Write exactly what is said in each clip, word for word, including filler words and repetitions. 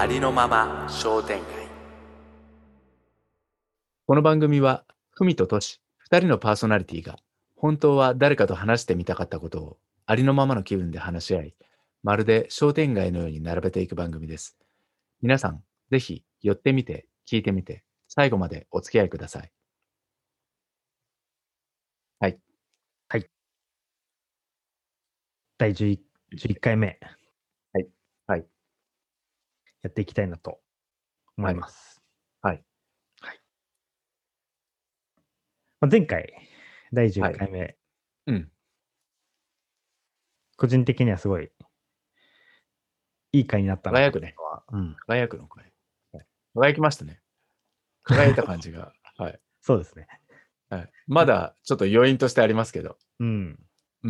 ありのまま商店街。この番組はふみととしふたりのパーソナリティが本当は誰かと話してみたかったことをありのままの気分で話し合い、まるで商店街のように並べていく番組です。皆さんぜひ寄ってみて聞いてみて最後までお付き合いください。はい。 はい。だいじゅういっかいめはいはいやっていきたいなと思います。 はいはいまあ、前回だいじゅういっはい。 かいめ、 うん。 個人的にはすごいいい回になったなと輝くね。 は、うん、 輝くの声。はい、輝きましたね。輝いた感じが。はい。 そうですね。 はい。まだちょっと余韻としてありますけど。 うん。 うん。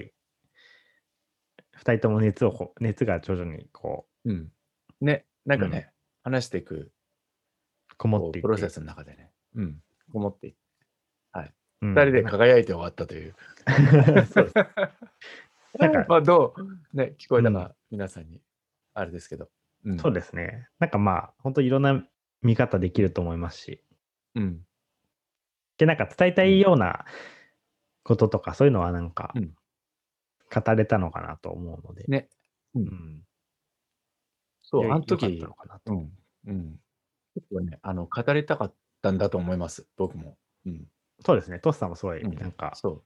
ふたりとも熱をこ熱が徐々にこうん。ね、なんかうんね、話していく、 うこもっこう、 ていって、 プロセスの中でね、うん、こもっていって、はい。 うん、 ふたりでな輝いて終わったという。 そうです。なんか、 まあ、どう、ね、聞こえうん、 たか、皆さんに、あれですけど。うん。 そうですね。なんかまあ、本当いろんな見方できると思いますし、 うん。 で、なんか伝えたうん。 いようなこととか、そういうのはなんかうん。 語れたのかなと思うので、 ね。うん。 うん。 そう、あんよい良かったの時、 かなと。 うん、うん。結構ね、あの、語りたかったんだと思います、僕も。うん。 そうですね。トスさんもすごいうん。 なんか、 そう。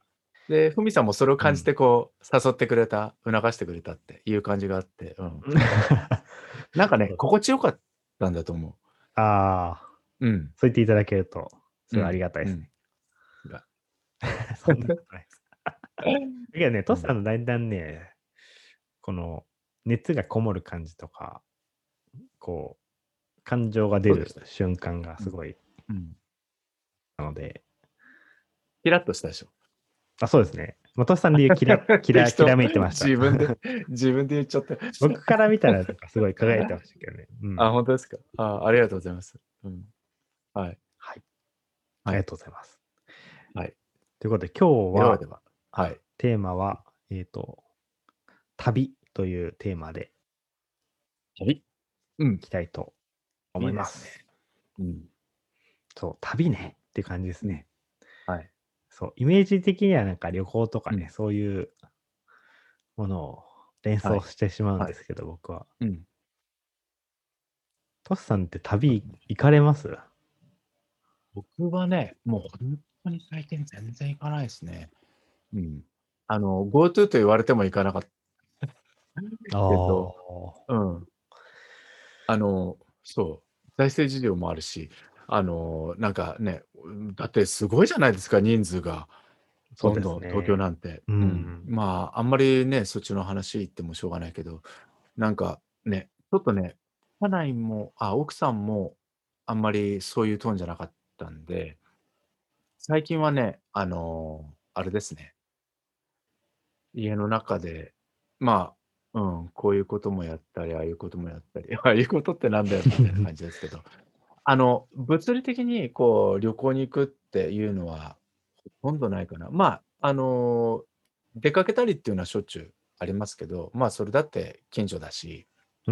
で、ふみさんもそれをうん。 感じてこう、誘ってくれた、促してくれたっていう感じがあって、うん。なんかね、 そう心地よかったんだと思う。 ああ、 うん。 そう言っていただけると、すごいありうん。 がたいですね。 うん。がそんなことないです。いやね、トスさうん。 んのだんだんね、この熱がこもる感じとか、こう、感情が出るそうでした。 瞬間がうん。 すごいうん。 なので、 キラッとしたでしょ。 あ、そうですね。まあ、トスさんで言うキラ、キラ、 適当。 きらめいてました。 自分で、自分で言っちゃった。 僕から見たらなんかすごい輝いてましたけどね。うあ、 ん。 本当ですか。あ、ありがとうございます。うん。はい。 はい。あはい。 りがとうございます。 はい。 ということで、今日はではでは。はい。 テーマは、えっと、旅というテーマで旅。うん。 いきたいと思いいいですね。 ます。 うん。 そう、旅ねっていう感じですうん。 ね。 はい。 そう、イメージ的にはなんか旅行とかね、 うん。 そういうものを連想はい。 してしまうんはい。 ですけど、僕は。 うん。 トスさんって旅そうですね。 行かれます？ 僕はね、もう本当に最近全然行かないですね。うん。あの、GoTo と言われても行かなかったあけど、 あ。 うん。あの、そう、財政事情もあるし、あの、なんかね、うん、だってすごいじゃないですか、人数が。 そうでどんどん東京すね。 なんて。 ううん。 ん。 まあ、あんまりね、そっちの話言ってもしょうがないけど、なんかね、ちょっとね、家内も、あ、奥さんもあんまりそういうトーンじゃなかったんで、最近はね、あの、あれですね、家の中で、まあ、うん、こういうこともやったり、ああいうこともやったり、ああいうことってなんだよみたいな感じですけど、あの、物理的にこう旅行に行くっていうのはほとんどないかな。まあ、あの、出かけたりっていうのはしょっちゅうありますけど、まあ、それだって近所だし、 うん。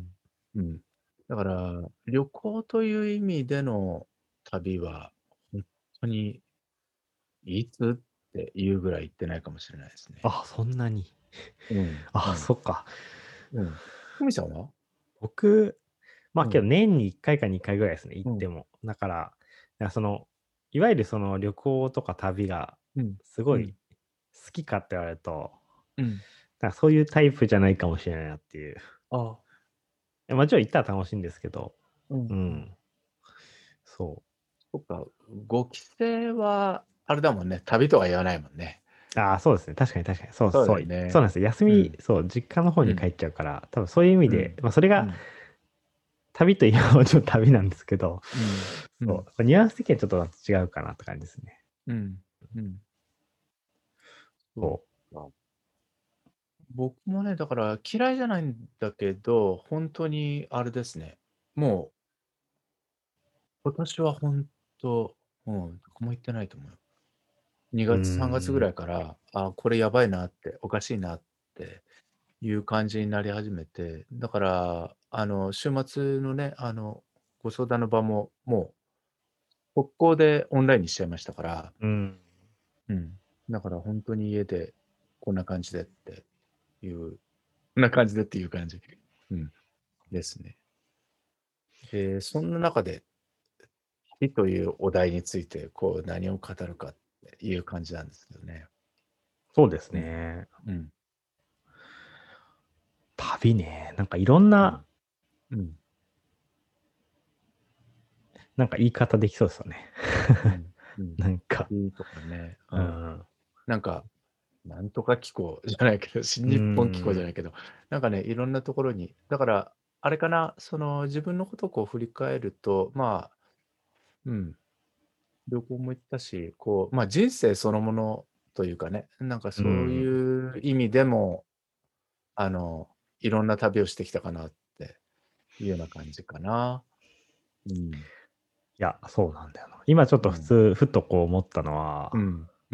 うん。だから、旅行という意味での旅は、ほんとにいつっていうぐらい行ってないかもしれないですね。 あ、そんなに。 うん、うあ、 ん、 そっか。 うん。ふみさんは？ 僕、まあけどうん、 年にいっかいかにかいぐらいですね、行うん、 っても。だから、だその、いわゆるその旅行とか旅がうん、 すごいうん、 好きかって言われると、 うん。 なんかそういうタイプじゃないかもしれないなっていう。 ああ、 いやもちろん行ったら楽しいんですけど、 うん、うん。 うん、そそっか、ご帰省はあれだもんね、旅とは言わないもんね。 う。ああ、そうですね。確かに確かに。そうそうだそう。そよね。 うなんですよ。休み、 うん、 そう、実家の方うん、 に帰っちゃうから、多分そういう意味で、 うん、 まあそれがうん、 旅といえばもちろん旅なんですけど、 うん、うん、 そう、ニュアンス的にはちょっと違うかなって感じですね。 うん、うん。そそうか。僕もね、だから嫌いじゃないんだけど、ほんとにあれですね、もう今年はほんと、うん、どこも行ってないと思うよ。 う。うにがつ、さんがつぐーん。 らいから、あ、これやばいなって、おかしいなっていう感じになり始めて、だからあの、週末のね、あの、ご相談の場も、もう速攻でオンラインにしちゃいましたから、 うん。 うん。だからほんとに家でこんな感じでっていう、こんな感じでっていう感じ。うん、ですね。で、そんな中で、旅というお題について、こう何を語るかっていう感じなんですけどね。 そうですうん。 ね。 うん。 旅ね、なんかいろんうん。 なうん。 なんか言い方できそうですよね。 うん、うん。 なんか、 旅とかね、うん。 うん。 なんか、なんとか機構じゃないけど、新うー日本機構じゃなん。 いけど、なんかね、いろんなところに、だから、あれかな、その自分のことをこう振り返ると、まあ、うん、旅行も行ったし、こう、まあ、人生そのものというかね、なんかうそうん。 いう意味でも、あの、いろんな旅をしてきたかなっていうような感じかな。うん。 いや、そうなんだよな。今ちょっうん。 と普通、ふとこう思ったのは、 うん。うん。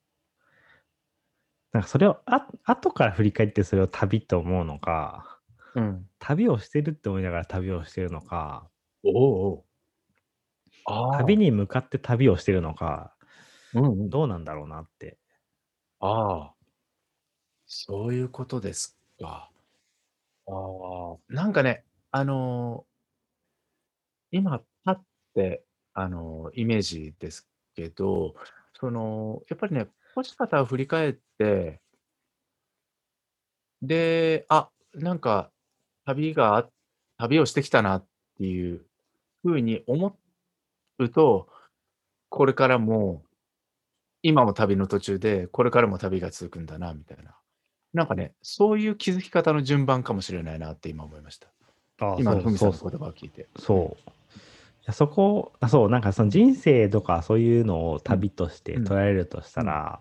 なんかそれをあ後から振り返ってそれを旅と思うのか、 うん。 旅をしてるって思いながら旅をしてるのか、 おおおお。ああ。 旅に向かって旅をしてるのか、 うんうん。 どうなんだろうなって。 ああ、そういうことですか。ああ、なんかね、あの、今パッて、あの、イメージですけど、その、やっぱりね、落ち方を振り返って、で、あ、なんか旅があ旅をしてきたなっていう風に思うと、これからも、今も旅の途中で、これからも旅が続くんだなみたいな。なんかね、そういう気づき方の順番かもしれないなって今思いました。 ああ、 今のそうそうそふみさんの言葉を聞いて。 う。 うん。 そう。いや、そこ、あ、そう、なんかその人生とかそういうのをうん。 旅としてうん。 捉えるとしたうん。 ら、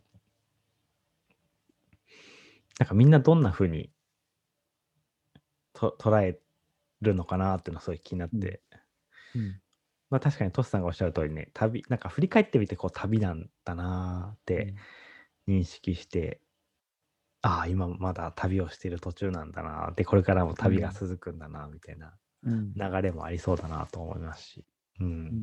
なんかみんなどんな風にと捉えるのかなっていうのはすごい気になっうん。 て。 うん。 まあ確かにトシさんがおっしゃる通りね、旅、なんか振り返ってみてこう旅なんだなーってうん。 認識して、ああ、今まだ旅をしている途中なんだなーで、これからも旅がうん。 続くんだなみたいなうん。 流れもありそうだなと思いますし。うん。 うん。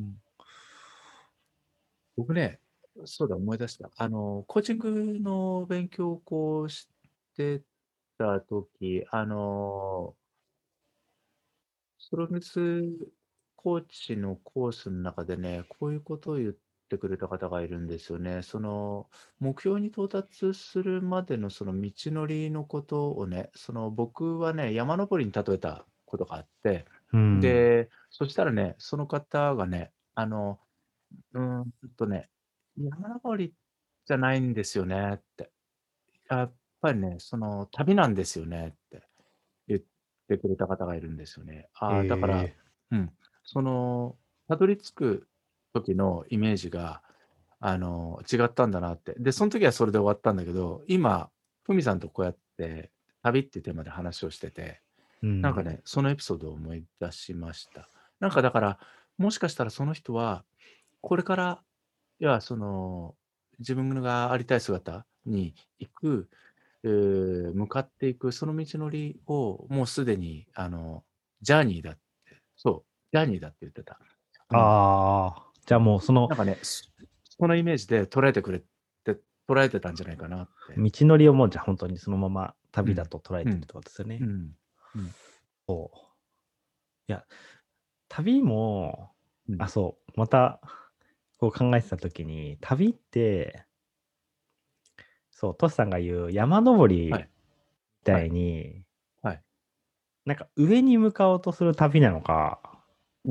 僕ね、そうだ、思い出した。あの、コーチングの勉強をこうしてた時、あの、ストロングスコーチのコースの中でね、こういうことを言ってくれた方がいるんですよね。その、目標に到達するまでのその道のりのことをね、その僕はね、山登りに例えたことがあって、 うん。 で、そしたらね、その方がね、あの、うーんとね、山登りじゃないんですよねって。やっぱりね、その旅なんですよねって言ってくれた方がいるんですよね。ああ、だから、 ええ。 うん、その、たどり着く時のイメージが、あの、違ったんだなって。で、そん時はそれで終わったんだけど、今、フミさんとこうやって旅っていうテーマで話をしてて、 うん。 なんかね、そのエピソードを思い出しました。なんかだから、もしかしたらその人は、これから、要はその、自分がありたい姿に行く、えー向かっていくその道のりを、もうすでにあの、ジャーニーだって、そう、ジャーニーだって言ってた。うん、 ああ、じゃあうん。 もうそのなんかね、そそのイメージで捉えてくれて捉えてたんじゃないかなって。 道のりをもうじゃあ本当にそのまま旅だうん。 と捉えてるってうん。 ことですよね。 うん。うん。 そう。いや、旅も、 うん。 あ、そう、また、こう考えてた時に、旅って、そう、トシさんが言う山登りみはい。 たいはい。 に、 はい。 なんか上に向かおうとする旅なのか、 うん。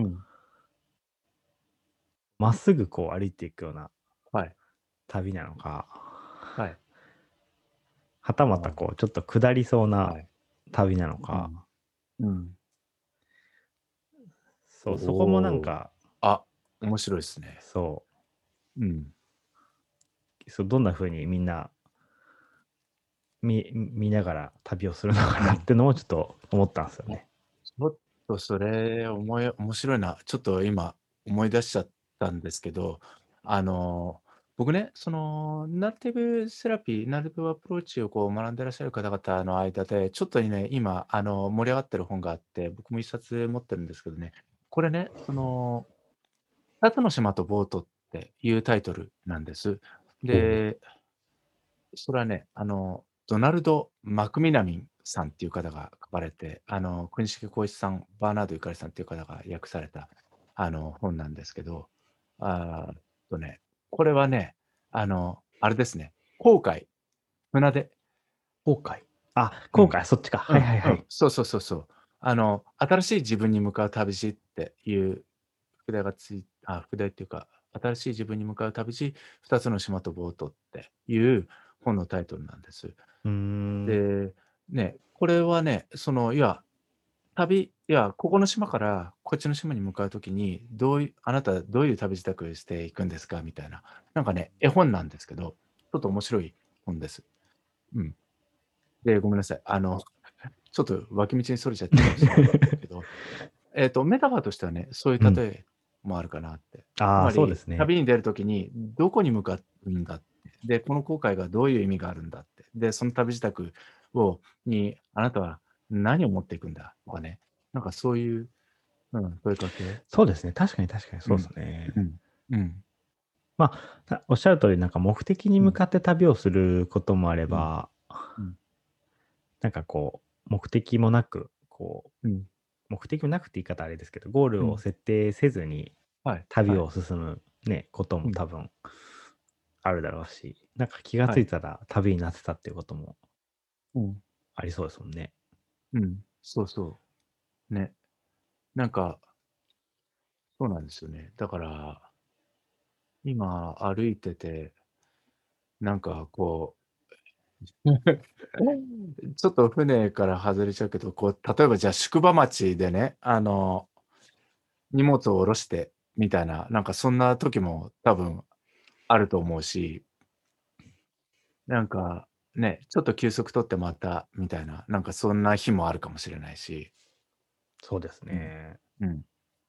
まっすぐこう歩いていくようなはい。 旅なのか、 はい。 はたまたあこう、ちょっと下りそうあ、 なはい。 旅なのか、 うん。うん。おそう、そこもなんお。 か、 あ、面白いですね。 そうん。 う、そうどんな風にみんな見見ながら旅をするのかうん。 なってのもちょっと思ったんですよあ、 ね。 ちょっとそれ、おもえ面白いな。ちょっと今思い出しちゃったんですけど、あの僕ね、その、ナラティブセラピー、ナラティブアプローチをこう学んでらっしゃる方々の間で、ちょっとね、今、あの、盛り上がってる本があって、僕も一冊持ってるんですけどね、これね、その、ふたつの島とボートっていうタイトルなんです。 ほう。 で、それはね、あの、ドナルド・マクミナミンさんっていう方が書かれて、あの、国重浩一さん、バーナード・ゆかりさんっていう方が訳された、あの、本なんですけど、あーっとね、これはね、あの、あれですね、航海、船出、 後悔。あ、 うん、 後悔、そっちか。 うん、 はいはいはい。 うん、そうそうそうそう。あの、新しい自分に向かう旅路っていう副題がついあ、副題っていうか、新しい自分に向かう旅路、ふたつの島とボートっていう本のタイトルなんです。 うーん。 で、ね、これはね、その、いや、旅いや、ここの島からこっちの島に向かうときに、どういうあなたどういう旅支度していくんですかみたいな、なんかね、絵本なんですけど、ちょっと面白い本です。うん。で、ごめんなさい。あの、ちょっと脇道にそれちゃったかもしれないけど、えっと、メタファーとしてはね、そういううん。 例えもあるかなって。つああ、 まり、 そうですね。 旅に出るときにどこに向かうんだって、で、この航海がどういう意味があるんだって、で、その旅支度をに、あなたは何を持っていくんだとかね、なんかそういう、うん、問いかけ。 そうですね。確かに確かにそうでうん。 すね。 うん。うん。 まあ、たおっしゃる通り、なんか目的にうん。 向かって旅をすることもあれうん。 ば、 うん。 なんかこう、目的もなく、こう、 うん。 目的もなくって言い方あれですけど、ゴールをうん。 設定せずにはい。はい。 旅を進むね、ことうん。 も多分あるだろうし、なんか気がはい。 ついたら旅になってたっていうこともうん。 ありそうですもんね。 うん。そうそう。ね。なんか、そうなんですよね。だから、今歩いてて、なんかこうちょっと船から外れちゃうけど、こう、例えばじゃあ宿場町でね、あの、荷物を下ろしてみたいな、なんかそんな時も多分あると思うし、なんか、ね、ちょっと休息取ってまたみたいな、なんかそんな日もあるかもしれないし、 そうですうん。 ね。 うん。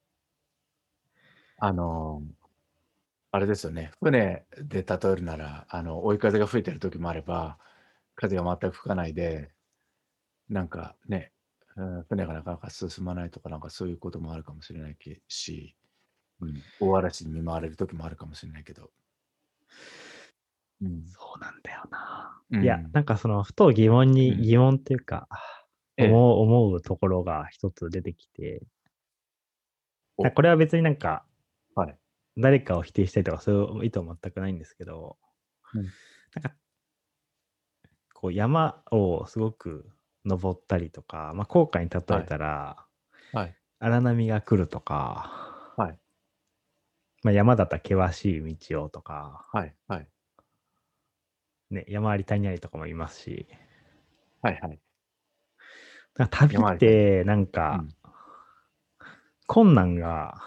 あの、あれですよね、船で例えるなら、あの、追い風が吹いてる時もあれば、風が全く吹かないで、なんかね、うん、船がなかなか進まないとか、なんかそういうこともあるかもしれないけし、うん、大嵐に見舞われる時もあるかもしれないけど。うん。 そうなんだよな。いや、 うん。 なんかその、ふと疑問うん。 に疑問っていうか、 ええ。 思う思うところが一つ出てきて、なお、 これは別になんか、 はい。 誰かを否定したりとかそういう意図は全くないんですけど、 うん。 なんかこう山をすごく登ったりとか、まあ、航海に例えはい。 たら、 はい。 荒波が来るとか、 はい。 まあ、山だったら険しい道をとか、 はい。はい。 ね、山あり谷ありとかもいますし、 はいはい。 なんか旅っ山あり谷あり。 てなんかうん。 困難が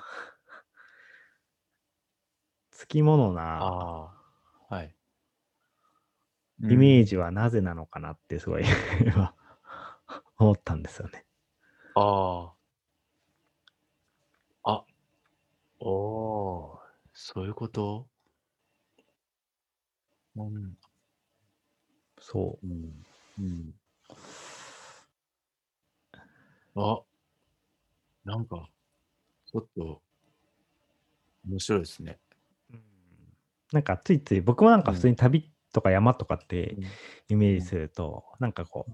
つきものなああ、はい。うイメージん。 はなぜなのかなってすごい今思ったんですよね。 ああ、あ、おお、そういうこと？うん。 そう。 うん。うん。あ、なんか、ちょっと面白いですね。 うん、なんかついつい僕もなんか普通うん。 に旅とか山とかってうん。 イメーうん。 ジすると、なんかこう、 うん。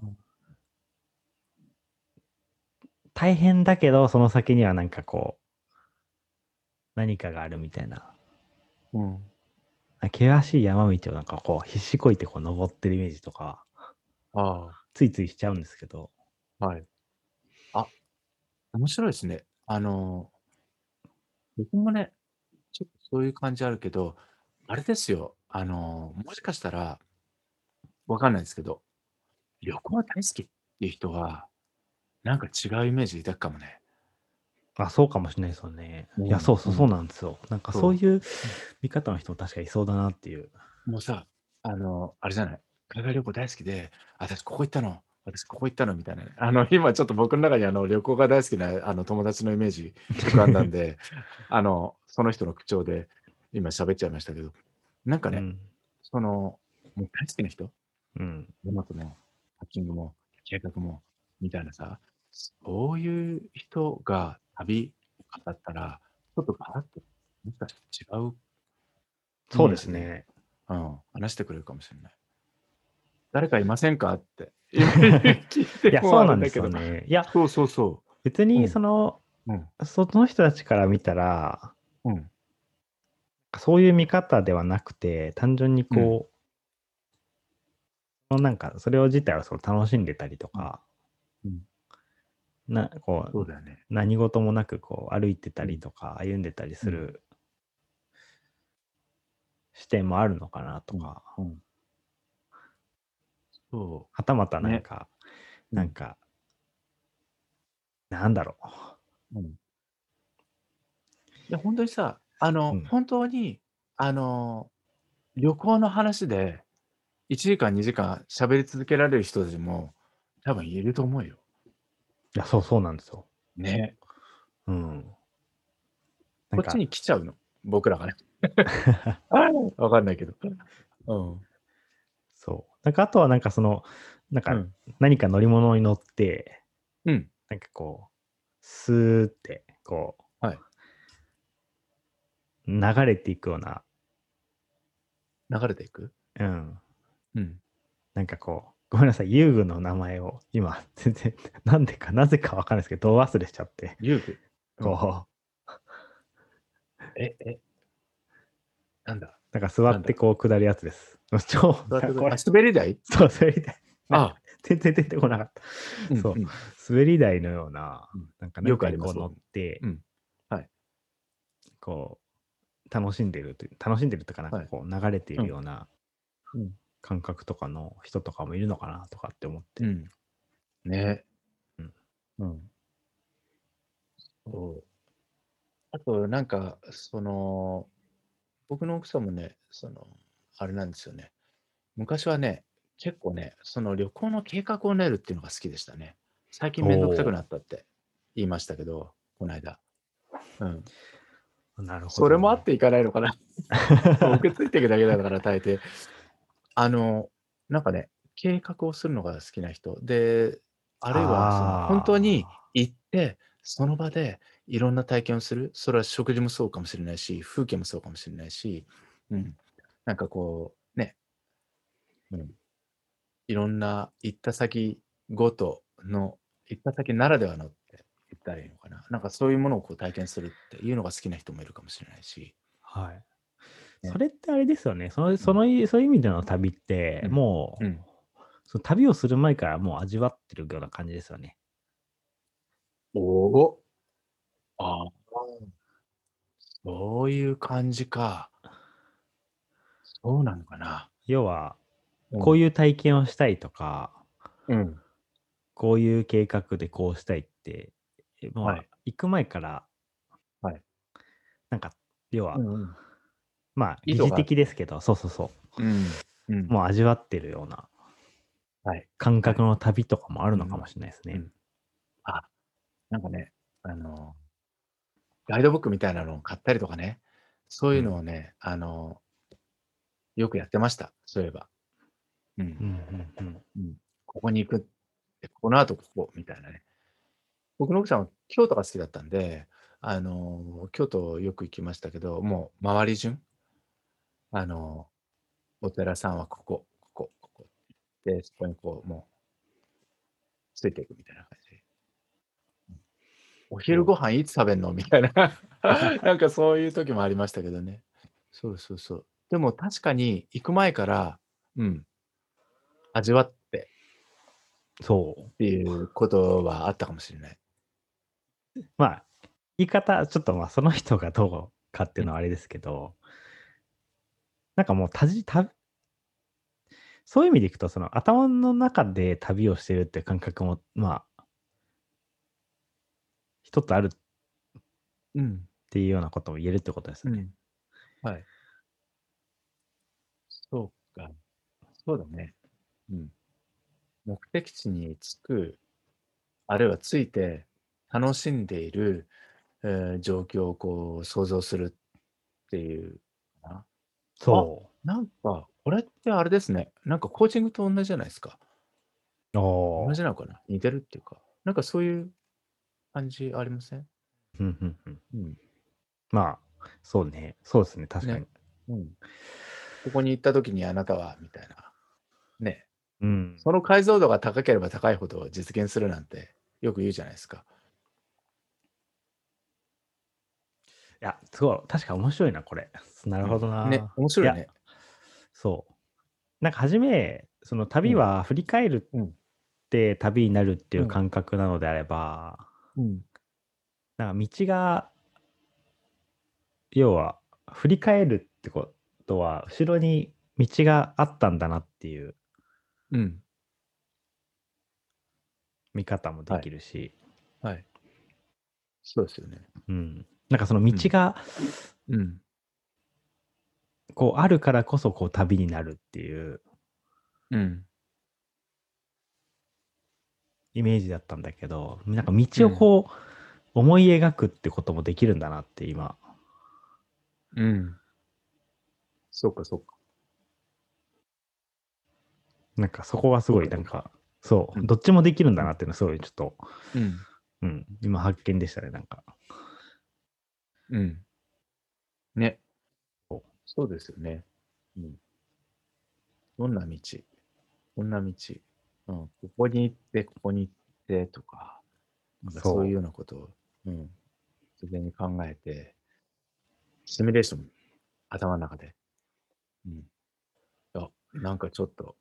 大変だけど、その先にはなんかこう、何かがあるみたいな。 うん。 険しい山道をなんかこう、必死こいてこう登ってるイメージとか、 あついついしちゃうんですけど。 あ、はい。あ、面白いですね。あの、僕もね、ちょっとそういう感じあるけど、あれですよ、あの、もしかしたら、わかんないですけど、旅行大好きっていう人は、なんか違うイメージ抱くかもね。 あ、そうかもしれないですよね。いや、 うん、 そうそう、そううん。 なんですよ。なんかそうそいうう。うん。 見方の人も確かにいそうだなっていう。 もうさ、あの、あれじゃない、海外旅行大好きで、私ここ行ったの、私ここ行ったのみたいなね。あの、今ちょっと僕の中にあの、旅行が大好きなあの、友達のイメージ浮かんだんで、あの、その人の口調で今喋っちゃいましたけど。 なんかね、 うん。 その、もう大好きな人、 うん。 ヤマトも、ハッキングも、計画も、みたいなさ、そういう人が旅を語ったら、ちょっとガラッと、もしかして違うイそうメージで、 ですね。 うん、話してくれるかもしれない。誰かいませんかって、今聞いいや、 てもそうなんであるんだけど。 すよね。いや、 そうそうそ別う。うにん、 その、 うん、 その人たちから見たら、 うん、 そういう見方ではなくて、単純にうん、 こう、そのなんか、それを自体をその楽しんでたりとうん、 か、 うん。 な、こう、 そうだよね。 何事もなくこう歩いてたうん、 りとか、歩んでたりうん、 する視点もあるのかなとうん、 か、 うん。そはたまたう。ね。 なんか、 うん、 なんか、なんだろうん。で、ほんとにさ、あう。うの、 ん。 本当に、あの、旅行の話でいちじかん、にじかん喋り続けられる人たちも多分いると思うよ。 いや、そうそうなんですよ。 ね。 うん。なんか、 こっちに来ちゃうの、僕らがね。わかんないけど。うん。 そう。なんかあとはなんかその、なんかうん。 何か乗り物に乗って、 うん。 なんかこう、スーって、こはい。 う、流れていくような、 流れていく？ うん。 うん。 なんかこう、ごめんなさい、遊具の名前を今、全然、なんでか、なぜかわかんないですけど、ど忘れしちゃって、 遊具。うん。 こう、 え、え、なんだなんか座なんだ。 ってこう下るやつです。超、 座ってくあ、 これ、 滑り台？ そう、滑り台。なんか、 ああ、 全然出てこなかった。そう、 うんうん。 滑り台のような、 うん。 なんか何よくあります、 かにこう乗っ僕も。 て、 うん。はい。 こう、楽しんでるという、楽しんでるというか、なんかはい。 こう、流れていうん。 るようなうん。 感覚とかの人とかもいるのかなとかって思って。 うん。ね。 うん。 うん。そう。あとなんか、その、僕の奥さんもね、その、あれなんですよね。昔はね、結構ね、その旅行の計画を練るっていうのが好きでしたね。最近おめんどくさくなお、 ったって言いましたけど、こないだ。うん。 なるほそれもあっど。 ていかないのかな。僕ついていくだけだから大抵。あの、なんかね、計画をするのが好きな人。で、あるいはその本当にあ行って、その場でいろんな体験をする。それは食事もそうかもしれないし、風景もそうかもしれないし、うん。なんかこう、ね、うん。いろんな行った先ごとの、行った先ならではのって言ったらいいのかな。なんかそういうものをこう体験するっていうのが好きな人もいるかもしれないし。 あ、はい。そね。 れってあれですよね。その、 うん。 そのい、そういう意味での旅って、 うん。うもん。 う、その旅をする前からもう味わってるような感じですよね。 おお。ああ、そういう感じか。そうなのかな。 要は、 うん。 こういう体験をしたいとか、 うん。 こういう計画でこうしたいって、えまあ、 はい。 行く前から、 はい。 なんか、要は、 うんうん。 まあ、 意疑似図があって。 的ですけど、そうそうそうん。うう。 ん。 もう味わってるようなはい。 感覚はい。 の旅とかもあるうんうん。 のかもしれないですね。 うん。あ、なんかね、あの、ガイドブックみたいなのを買ったりとかね、そういうのうん。 をね、あの、よくやってました。そういえば。うん。 うんうんうん。 うん。ここに行く。で、この後ここみたいなね。僕の奥さんは京都が好きだったんで、あの、京都よく行きましたけど、もう回り順、あの、お寺さんはここ、ここ、ここで、そこにこう、もうついていくみたいな感じで。お昼ごそ飯いつ食べんのみたいな。なんかそういう時もありましたけどね。そうそうそう。でも確かに行く前から、うん、味わってう。そっていうことはあったかもしれない。 う。まあ、言い方、ちょっとまあ、その人がどうかっていうん、 うのはあれですけど、なんかもう、たじたそういう意味でいくと、その頭の中で旅をしてるっていう感覚も、まあ、一つあるっうん、 ていうようなことも言えるってことですよね。 うん、はい。そうか、そうだね。うん。目的地に着く、あるいは着いて楽しんでいる、えー状況をこう想像するっていうかな。 あ、 そなんか、これってあれですね。なんかコーチングと同じじゃないですか。 う。 同じおー。 なのかな？似てるっていうか、なんかそういう感じありません？ うんうんうん。 うん。 まあ、そうね。そうですね。確かね。 に。 うん。ここに行った時にあなたはみたいな。ね。 うん。 その解像度が高ければ高いほど実現するなんてよく言うじゃないですか。 いや、すごい。確か面白いな、これ。なるほうん。ね、 どな。いや、 面白いね。 そう。なんか初め、その旅うん、 は振り返るうん、 って旅になるっていうん、 う感覚なのであれば、 うん、 なんか道が、要は、振り返るってことは、後ろに道があったんだなっていううん。 見方もではい、 きるし、 はい。そうですよね。 うん。なんかその道うん、 が、 うん、 こう、あるからこそ、こう、旅になるっていううん、 イメージだったんだけど、なんか道をうん、 こう、思い描くってこともできるんだなって今、 うん。そうか、そうか。 なんかそこがすごい、 そうか、そうか。 なんか、そう、 うん、 どっちもできるんだうん、 なっていうのはすごいちょっと、 うん、 うん、今発見でしたね、なんか。 うん。ね、 そそうですよね。うん。どんな道どんな道うん、ここに行って、ここに行ってとか、なう、 んかそういうそようなことを、うん、自然に考えて、シミュレーション、頭の中で。うん。あ、なんかちょっと、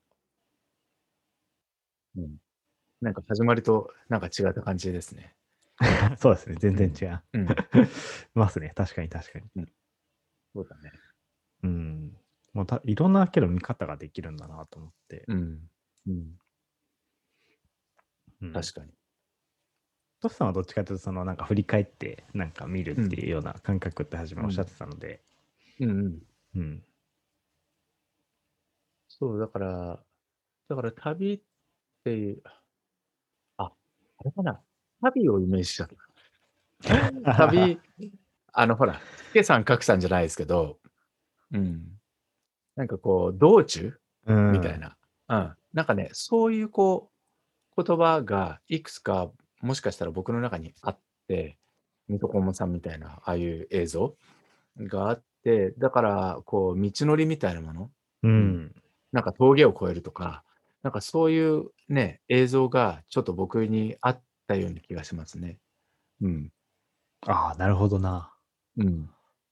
うん。なんか始まりとなんか違った感じですね。 う。そうですね、全うん。 然違う。 うん。 ますね、確かに確かに。 うん。そうだね。 うん。もうたいろんなけど見方ができるんだなと思って。 うん。うん。 うん。 確かに。 トシさんはどっちかというと、そのなんか振り返ってなんか見るっうん。 ていうような感覚って初めうん。 おっしゃってたので、 うんうん。 うん。 そう、だから、だから旅っていう、あ、あれかな。旅をイメージしちゃった。旅、あの、ほら、助さん格さんじゃないですけど、うん。なんかこう、道中うん。 みたいな。うん。なんかね、そういうこう、言葉がいくつか、もしかしたら僕の中にあって、水戸黄門さんみたいな、ああいう映像があって、だから、こう、道のりみたいなもの、うん。 うん。 なんか峠を越えるとか、なんかそういうね、映像がちょっと僕にあったような気がしますね。うん。 ああ、なるほどな。 うん。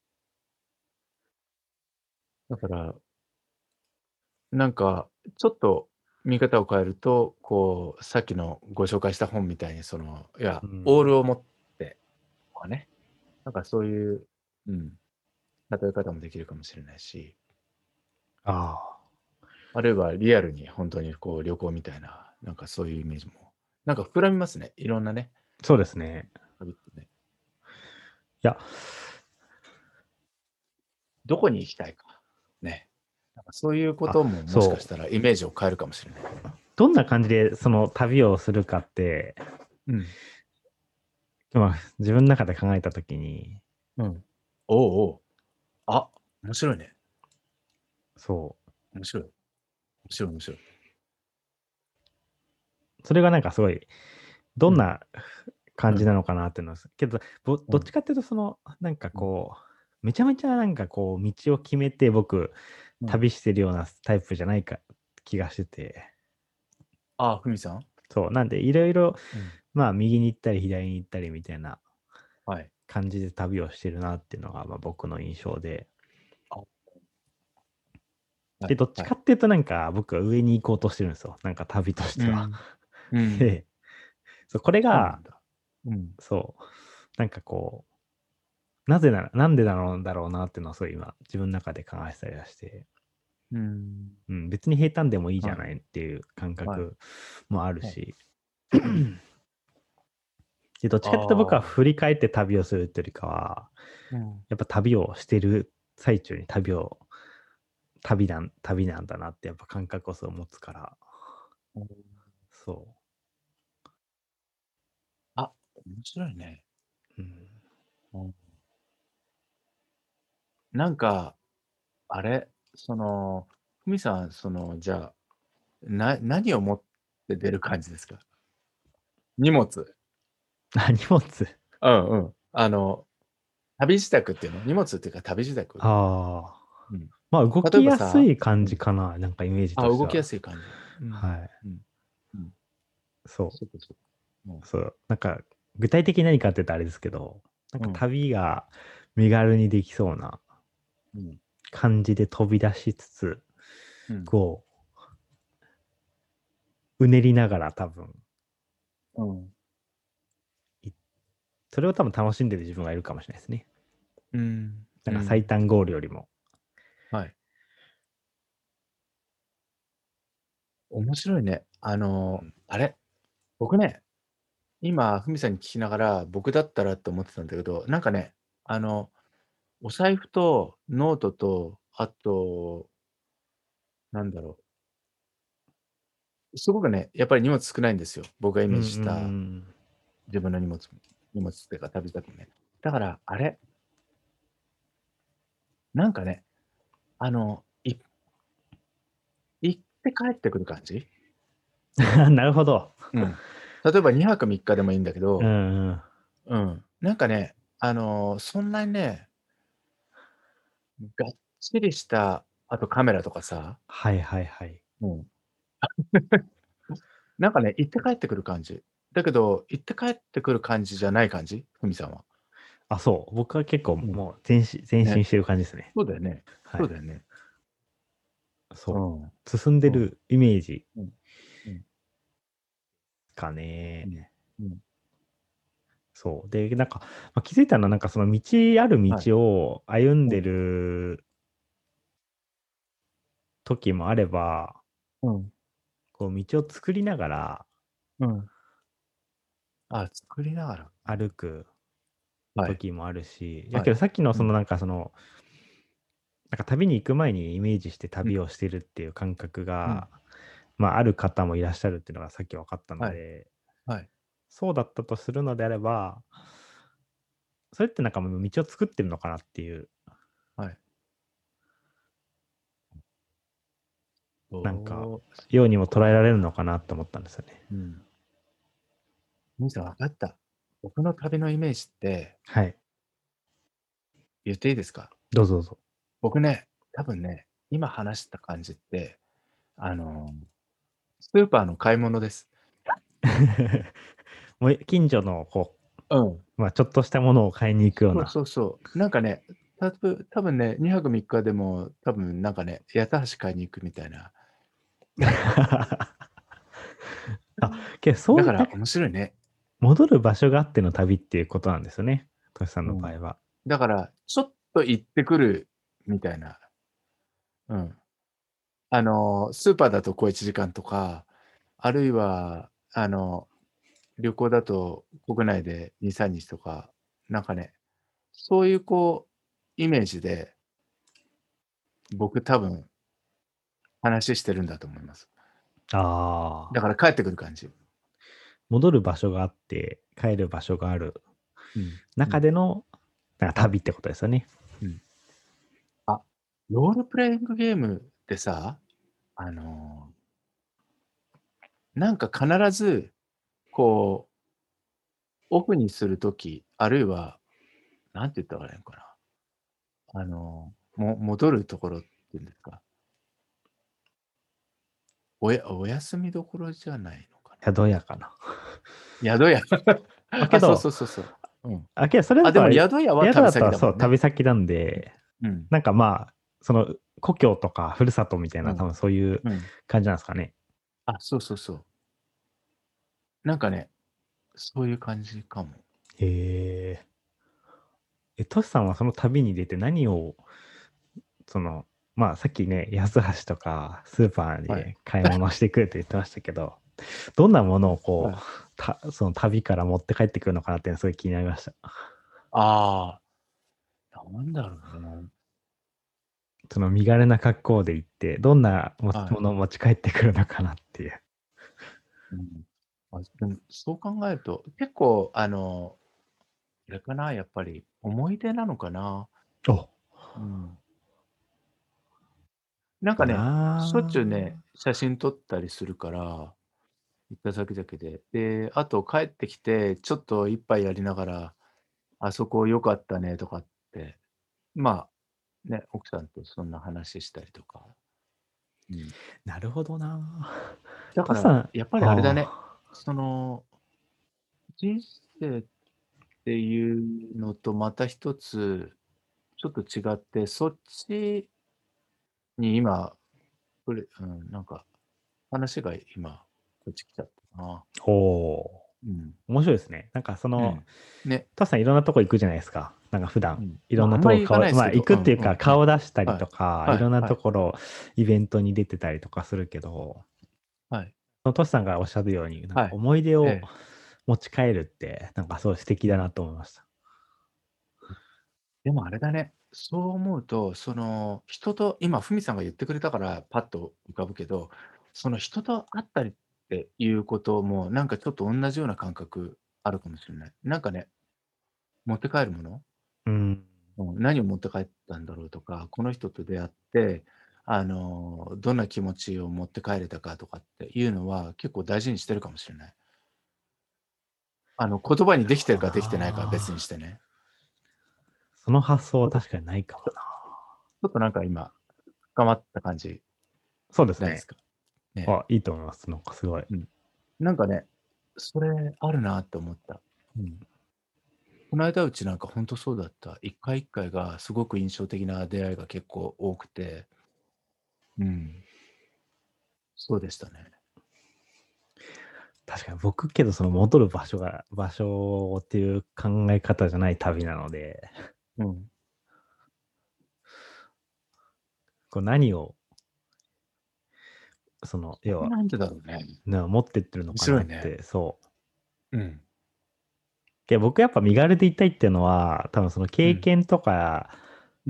だから、なんか、ちょっと見方を変えると、こう、さっきのご紹介した本みたいに、その、いや、 うん。 オールを持ってとかね、なんかそういう、うん、例え方もできるかもしれないし、 ああ、 あるいはリアルに本当にこう旅行みたいな、なんかそういうイメージも、なんか膨らみますね。いろんなね、 そうですね。 旅ってね。 いや、 どこに行きたいか。ね。なんかそういうこあ、 とももしかしそう。 たらイメージを変えるかもしれない。 どんな感じでその旅をするかって、 うん。 まあ、自分の中で考えたときに、 うん。おうおう。あ、面白いね。 そ面白い。面白い面白い。 う。それがなんかすごい、どうん。 んな感うん。 じなのかなっていうのは、けど、ぼうん。 どっちかっていうと、その、なんかうん。 こう、めちゃめちゃなんかこう、道を決めて僕、 うん。 旅してるようなタイプじゃないか気がしてて、 ああ、ふみさんそう。なんで、いろいろ、 うん。 まあ、右に行ったり、左に行ったりみたいなはい。 感じで旅をしてるなっていうのが、まあ、僕の印象で。 あ、はで、 い。 どっちはい。 かっていうと、なんか僕は上に行こうとしてるんですよ。なんか旅としては。 うん。うん。 で、そう、これが、 そうなんだ。うん。 そう、なんかこう、なぜなら、なんでだろうだろうなっていうのは、そう今、自分の中で考えてたりはして、 うん。 うん、別に平坦でもいいじゃはい。 ないっていう感はい。 覚もあるはい。 し、 うん。 で、どっちかっていうと僕はああ。 振り返って旅をするっていうよりかは、 うん。 やっぱ旅をしてる最中に旅を、旅なん、旅なんだなってやっぱ感覚をそう持つから、 うん。 そあ、面白いね。 う。うん。 うん。なんか、あれその、ふみさん、その、じゃあ、な何を持って出る感じですか？荷物。 あ、荷物。 うんうん。あの、旅支度っていうの？荷物っていうか旅支度。 ああ。 うん。 まあ、動例きやすえばさい感うん。 じかな、なんかイメージあ、動きやとしては。 すい感じ。うん。 はい。 うん。うん。 そそっかそっか。うん。 う。そう。なんか、具体的に何かって言ったらあれですけど、なんかうん。 旅が身軽にできそうなうん。 感じで飛び出しつつ、 うん。 こう、うねりながら多分、 うん。 いそれを多分楽しんでる自分がいるかもしれないですね。 うん。 なんうん。 か最短ゴールよりも。 はい。面白いね。あの、 うん。 あれ、僕ね、今、ふみさんに聞きながら、僕だったらって思ってたんだけど、なんかね、あの、お財布とノートと、あと、なんだろう。すごくね、やっぱり荷物少ないんですよ。僕がイメーうんうんうジしたん。 自分の荷物荷物っていうか旅先ね。だから、あれ、なんかね、あの、い行って帰ってくる感じ？ なるほど。 うん。例えばにはくみっかでもいいんだけうど、 んうん。 うん、なんかね、あの、そんなにね、がっちりした、あとカメラとかさ、 はいはいはい。 うん。なんかね、行って帰ってくる感じ。だけど、行って帰ってくる感じじゃない感じ？ふみさんは。 あ、そう。僕は結構うん。 もう前進前ね。 進してる感じですね。 そうだよね。 はい。 そうだよね。うそん。 う。進んでうん。 るイメージうん。うん。 かね。 うん。うん。 そう。で、なんか、まあ、気づいたのは、なんかその道あるはい。 道を歩んでうん。 る時もあれば、 うん。 こう道を作りながらうん。あ、作りながら。 歩くはい。 時もあるし、やはい。 けどさっきのうん。 そのなんかその、なんか旅に行く前にイメージしてうん。 旅をしてるっていう感覚うん。 が、まあ、ある方もいらっしゃるっていうのがさっき分かったのはい。 で、 はい。 そうだったとするのであれば、それってなんかもう道を作ってるのかなっていうはい。おなんか、 お、 ようにも捉えられるこのかなって思ったんですよね。 う、うん。兄さん分かった。僕の旅のイメージってはい。 言っていいですか？ どうぞどうぞ。 僕ね、多分ね、今話した感じって、あの、スーパーの買い物です。 もう近所のこうん。 う、まあ、ちょっとしたものを買いに行くようそうな。 そうそう。なんかね、たぶ多分ね、にはくみっかでも、多分なんかね、八つ橋買いに行くみたいな。 あ、けどそういう、なんかだから面白いね。 戻る場所があっての旅っていうことなんですよね。トシさんうん。 の場合は。 だから、ちょっと行ってくるみたいな。うん。あの、スーパーだとこういちじかんとか、あるいは、あの、旅行だと国内でに、さんにちとか、なんかね、そういうこう、イメージで、僕多分話してるんだと思います。 ああ。 だから帰ってくる感じ。 戻る場所があって、帰る場所があるうん。うん。 中での、なんかはい。 旅ってことですよね。 うん。あ、ロールプレイングゲームってさ、あの、なんか必ず、こう、オフにする時、あるいは、なんて言ったらいいのかな。あの、も戻るところっていうんですか。おやお休みどころじゃないのかな。 宿屋かな。 宿屋。 まあ、けあ、そうど、 そうそうそう。うん。 あ、けどそれだあ、でもとあれ、 宿屋は宿旅だとそう、 先だもんね。 旅先なんで、 うん。 なんかまあ、その故郷とかふるさとみたいな、多うん。 分そういううん。 感じなんですかね。 あ、そうそうそう。なんかね、そういう感じかも。 へえ。え、トシさんはその旅に出て何を、その、まあさっきね、八つ橋とかスーパーはい。 で買い物してくるって言ってましたけど、どんなものをこう、 はい。 たその旅から持って帰ってくるのかなっていうのすごい気になりました。 ああ、なんだろうね。 その身軽な格好で行って、どんなもはい。 ものを持ち帰ってくるのかなっていう。 うん。あ、でも、そう考えると、結構あの、あれかな、やっぱり思い出なのかな。 お、 うん。 なんかね、しょっちゅうね、 な写真撮ったりするから、行った先々で。で、あと帰ってきて、ちょっと一杯やりながら、あそこ良かったねとかって、まあ、ね、奥さんとそんな話したりとか。うん。 なるほどな。 だから、 トシさん、 やっぱりあれだね、 あその、人生っていうのとまた一つ、ちょっと違って、そっちに今、これ、うん、なんか、話が今、こっち来ちゃったな。 あ、ほうん。 う。面白いですね。なんかその、 うん。ね。 トシさんいろんなとこ行くじゃないですか。なんか普段。 うん。まあ、 いろんなあんまり行かとこ顔、まあ行ないですけど、うんくっていうかうんうん。 顔出したりはい。 とか、いはいろんなはいところ、イベントに出てたりとかするけど、 はい。 そのトシさんがおっしゃるように、なんかはい。 思い出をええ。 持ち帰るって、なんかすごい素敵うん。 だなと思いました。 でもあれだね、そう思うと、その、人と今フミさんが言ってくれたからパッと浮かぶけど、その人と会ったりっていうことも、なんかちょっと同じような感覚あるかもしれない。なんかね、持って帰るもの、 うん。 うん、何を持って帰ったんだろうとか、この人と出会って、あの、どんな気持ちを持って帰れたかとかっていうのは、結構大事にしてるかもしれない。あの、言葉にできてるなるほどかできてないかは別にな。 してね。 その発想はちょっと確かにないかもな。 ちょっとなんか今、深まった感じそうですね。 ないですか？ね。 あ、いいと思います。なんかすごい。 うん。なんかね、それあるなって思った。うん。この間うちなんかほんとそうだった。一回一回がすごく印象的な出会いが結構多くて、うん、そうでしたね。 確かに僕けどその戻る場所が、場所っていう考え方じゃない旅なので、 うん。 こう何を、その、要は、 なんでだろうね。 ね、持ってってるの面か白いね。 なって、そう。 うん。 けど僕やっぱ身軽でいたいっていうのは、多分そのうん。 経験とかうん。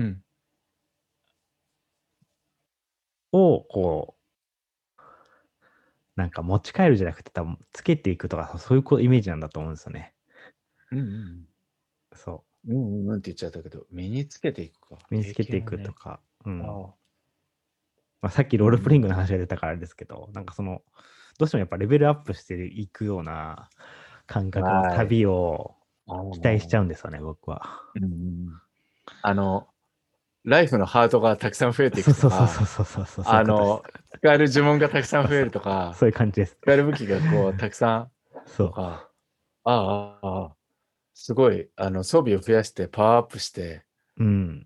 を、こう、なんか持ち帰るじゃなくて多分つけていくとか、そういうこうイメージなんだと思うんですよね。 うんうんうん。 そう。 うんうんうんって言っちゃったけど、身につけていくか。 身につ経けてい験をね。 くとか、うん。 ああ。 まあ、さっきロールプレインうん。 グの話が出たからあれですけど、なんかその、どうしてもやっぱレベルアップしていくような感覚のはい。 旅をああああ。 期待しちゃうんですよね、僕は。 うんうんうん。あの、ライフのハートがたくさん増えていくそうそうそうとか、 そうそうそう、そういうことです。 あの、使える呪文がたくさんそうそう。 増えるとか、 そういう感じです。 使える武器がこうたくさんそう。 とか、ああ、ああ、ああ、すごい、あの、装備を増やしてパワーアップして、 うん。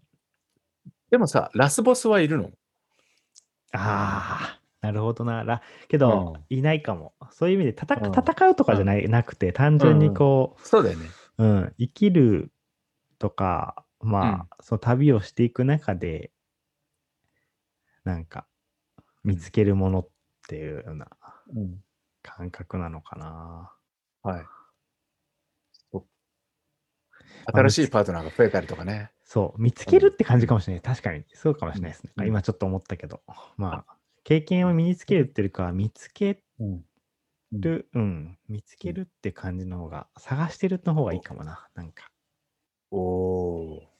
でもさ、ラスボスはいるの？ ああ、なるほどな。ら、けど、 うん。 いないかも。そういう意味で戦うん。 戦うとかじゃうん。 ない、なくて、単純にうんうん。 こそうだよね。 う、うん、生きるとか、 うん。 まあ、その旅をしていく中で、なんか、 うん。 見つけるものっていうようなうん。 感覚なのかな。 はい。そまあ、 新見つ、 しいパートナーが増えたりとかね。 そう、見つうん。 けるって感うん。 じかもしれない。確かに。そうかもしれないうん。 ですね。 うん。 今ちょっと思ったけど。 あ、 まあ、経験を身につけるっていうよりかは、見つけうん。うん。 る、うん、見つうん。 けるって感じの方が、探してるの方がいいお、 かもな。なんか。 おお、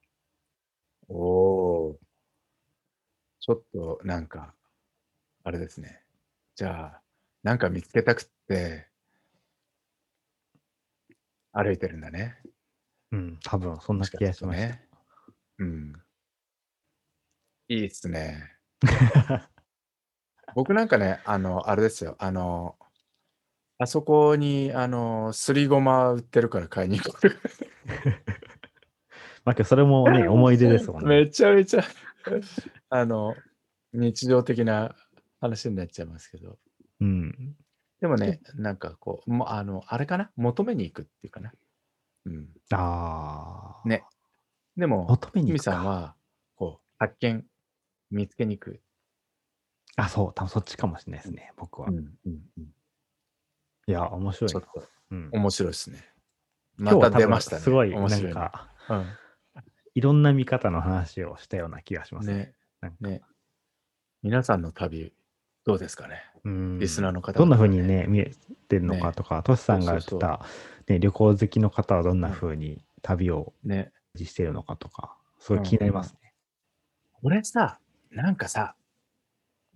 おお。ちょっとなんか、あれですね。じゃあ、なんか見つけたくって歩いてるんだね。 うん、多分そんな気もしかすがしました。 るとね。うん。いいっすね。僕なんかね、あの、あれですよ、あの、あそこに、あの、すりごま売ってるから買いに行こう。 まあ、けどそれもね、思い出ですもんね。 めちゃめちゃあの、日常的な話になっちゃいますけど。 うん。けでもね、なんかこう、もあの、あれかな、求めに行くっていうかな。うん。 あね。であ、 も、 求めにふみ行くか。 さんは、こう、発見、見つけに行く。 あ、そう、多分そっちかもしれないでうん。 すね、僕は。 うんうんうん。 いや、面白いな。 ちょっとうん。 面白いっすね。また出ま今日は多分したね、 すごい面白いの。 なんか、 うん。 いろんな見方の話をしたような気がしますね。 ね、 なんか。 ね。皆さんの旅、どうですかね？ うリスナーん。 の方どんな 々はね。 風にね、見えてるのかね。 とか、トシさそうんがそうそ言ってた、ね、旅行好きの方はどんなう。うん。 風に旅をね。 実してるのかとか、すごい気にうんうん。 なりますね。 これさ、なんかさ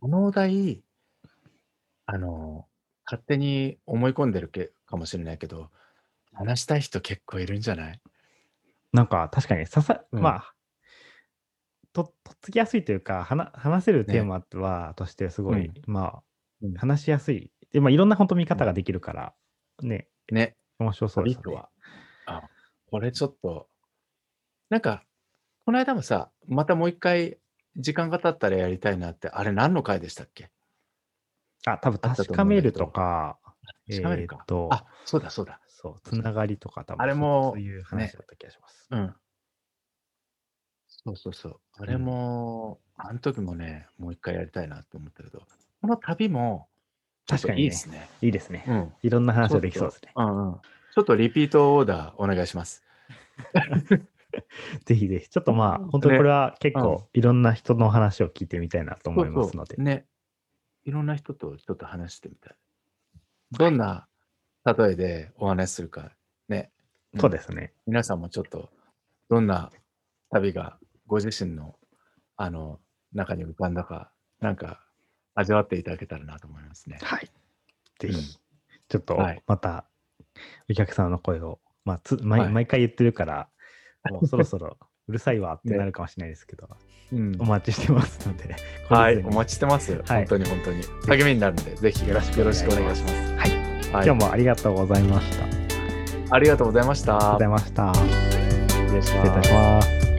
このお題、あの、勝手に思い込んでるけかもしれないけど、話したい人結構いるんじゃない？ なんか確かにささうん。 まあ、ととっつきやすいというか、はな話せるテーね。 マはとしてすごい、 うん。 まあ、 うん。 話しやすい。で、まあ、いろんな本当見うん。 方ができるから、ね、 ね、 面白そうですよね。 旅とは。あ、これちょっと、なんか、この間もさ、またもう一回時間が経ったらやりたいなって、あれ何の回でしたっけ？ あ、多分あったと確かめると思うんだけど、 か、えーっ確かめるか。 と、 あ、そうだそうだ。 そう、 そうそう。 つながりとか多あ分そそうれも、 いう話ね、 だった気がします。 うん。そうそうそう。あれうん。 も、あん時もね、もう一回やりたいなって思ったけど、この旅もちょっとい確かにね、 いっすね。 いいですね。 うん。 いろんな話がちょっと、 できそうですね。 うんうん。ちょっとリピートオーダーお願いします。 ぜひぜひ、ちょっとまあ、本当にこね。 れは結うん。 構いろんな人の話を聞いてみたいなと思いますそうそので。 う。ね。いろんな人とちょっと話してみたい。 はい。 どんな例えでお話しするか、ね。うん。 そうですね。 皆さんもちょっと、どんな旅がご自身の、あの、中に浮かんだか、なんか味わっていただけたらなと思いますね。 はい。ぜうん。 ひ、ちょっとはい。 またお客さんの声を、まあ、つ毎はい。 毎回言ってるから、もうそろそろうるさいわってなね。 るかもしれないですけど、 うん。 お待ちしてますので、懲りはい、 ずに、 お待ちしてます。 はい、 ほんとにほんとに。 ぜ励みになるんで、ぜひひよろしくおよろしくお願いします。 願いします。 はい。 はい。 今日もありがとうございました。ありありがとうございましがとうごた。 ざいました。 失礼し失礼いたします。 ます。